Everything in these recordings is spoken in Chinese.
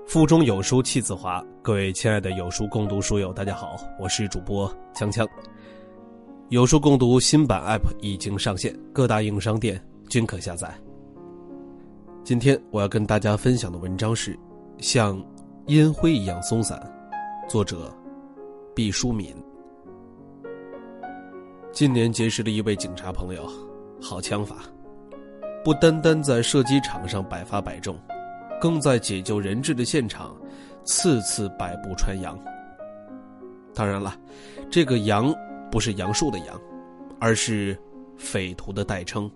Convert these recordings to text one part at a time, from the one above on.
腹中有书气自华，各位亲爱的有书共读书友大家好，我是主播锵锵。有书共读新版 App 已经上线，各大应用商店均可下载。今天我要跟大家分享的文章是像烟灰一样松散，作者毕淑敏。今年结识了一位警察朋友，好枪法，不单单在射击场上百发百中，更在解救人质的现场次次百步穿杨。当然了，这个杨不是杨树的杨，而是匪徒的代称。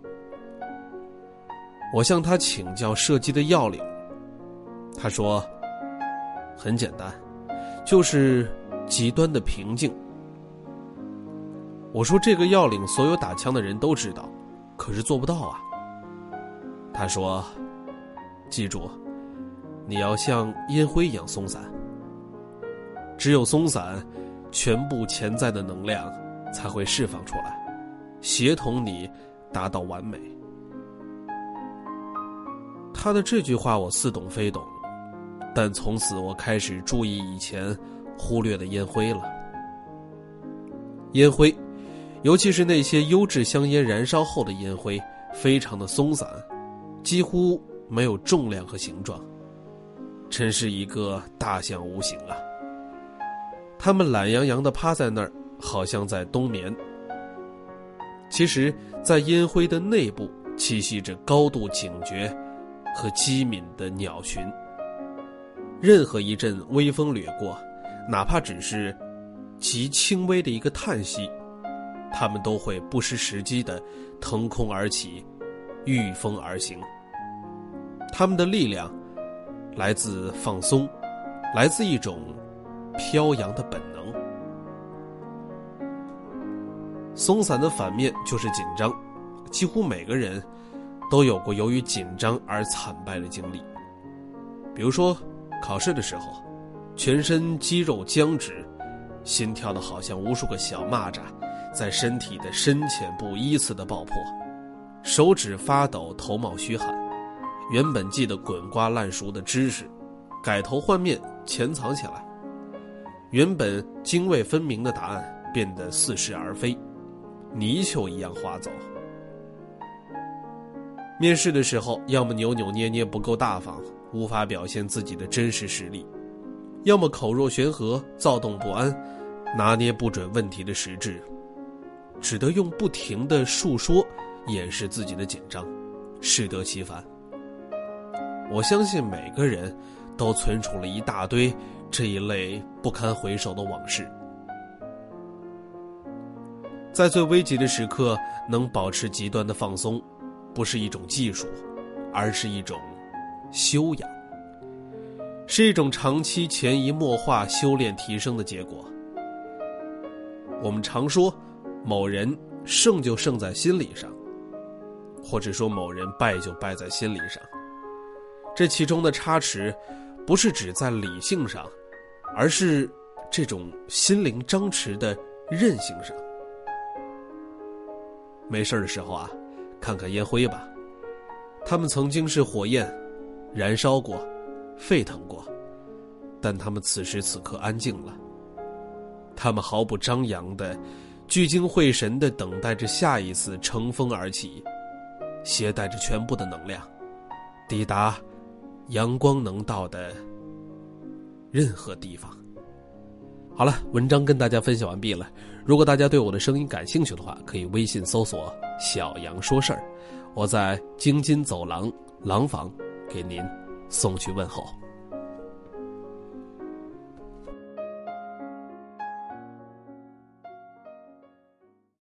我向他请教射击的要领，他说很简单，就是极端的平静。我说这个要领所有打枪的人都知道，可是做不到啊。他说记住，你要像烟灰一样松散，只有松散，全部潜在的能量才会释放出来，协同你达到完美。他的这句话我似懂非懂，但从此我开始注意以前忽略的烟灰了。烟灰，尤其是那些优质香烟燃烧后的烟灰，非常的松散，几乎没有重量和形状，真是一个大象无形啊。他们懒洋洋地趴在那儿，好像在冬眠。其实在烟灰的内部栖息着高度警觉和机敏的鸟群，任何一阵微风掠过，哪怕只是极轻微的一个叹息，他们都会不失时机地腾空而起，御风而行。他们的力量来自放松，来自一种飘扬的本能。松散的反面就是紧张，几乎每个人都有过由于紧张而惨败的经历。比如说考试的时候，全身肌肉僵直，心跳的好像无数个小蚂蚱在身体的深浅部依次的爆破，手指发抖，头冒虚汗，原本记得滚瓜烂熟的知识改头换面潜藏起来，原本泾渭分明的答案变得似是而非，泥鳅一样滑走。面试的时候，要么扭扭捏捏不够大方，无法表现自己的真实实力，要么口若悬河，躁动不安，拿捏不准问题的实质，只得用不停的述说掩饰自己的紧张，适得其反。我相信每个人都存储了一大堆这一类不堪回首的往事。在最危急的时刻能保持极端的放松，不是一种技术，而是一种修养，是一种长期潜移默化修炼提升的结果。我们常说某人胜就胜在心理上，或者说某人败就败在心理上，这其中的差池不是指在理性上，而是这种心灵张弛的韧性上。没事的时候啊，看看烟灰吧，它们曾经是火焰，燃烧过，沸腾过，但它们此时此刻安静了。它们毫不张扬地聚精会神地等待着下一次乘风而起，携带着全部的能量，抵达阳光能到的任何地方。好了，文章跟大家分享完毕了。如果大家对我的声音感兴趣的话，可以微信搜索小杨说事儿，我在京津走廊廊坊给您送去问候。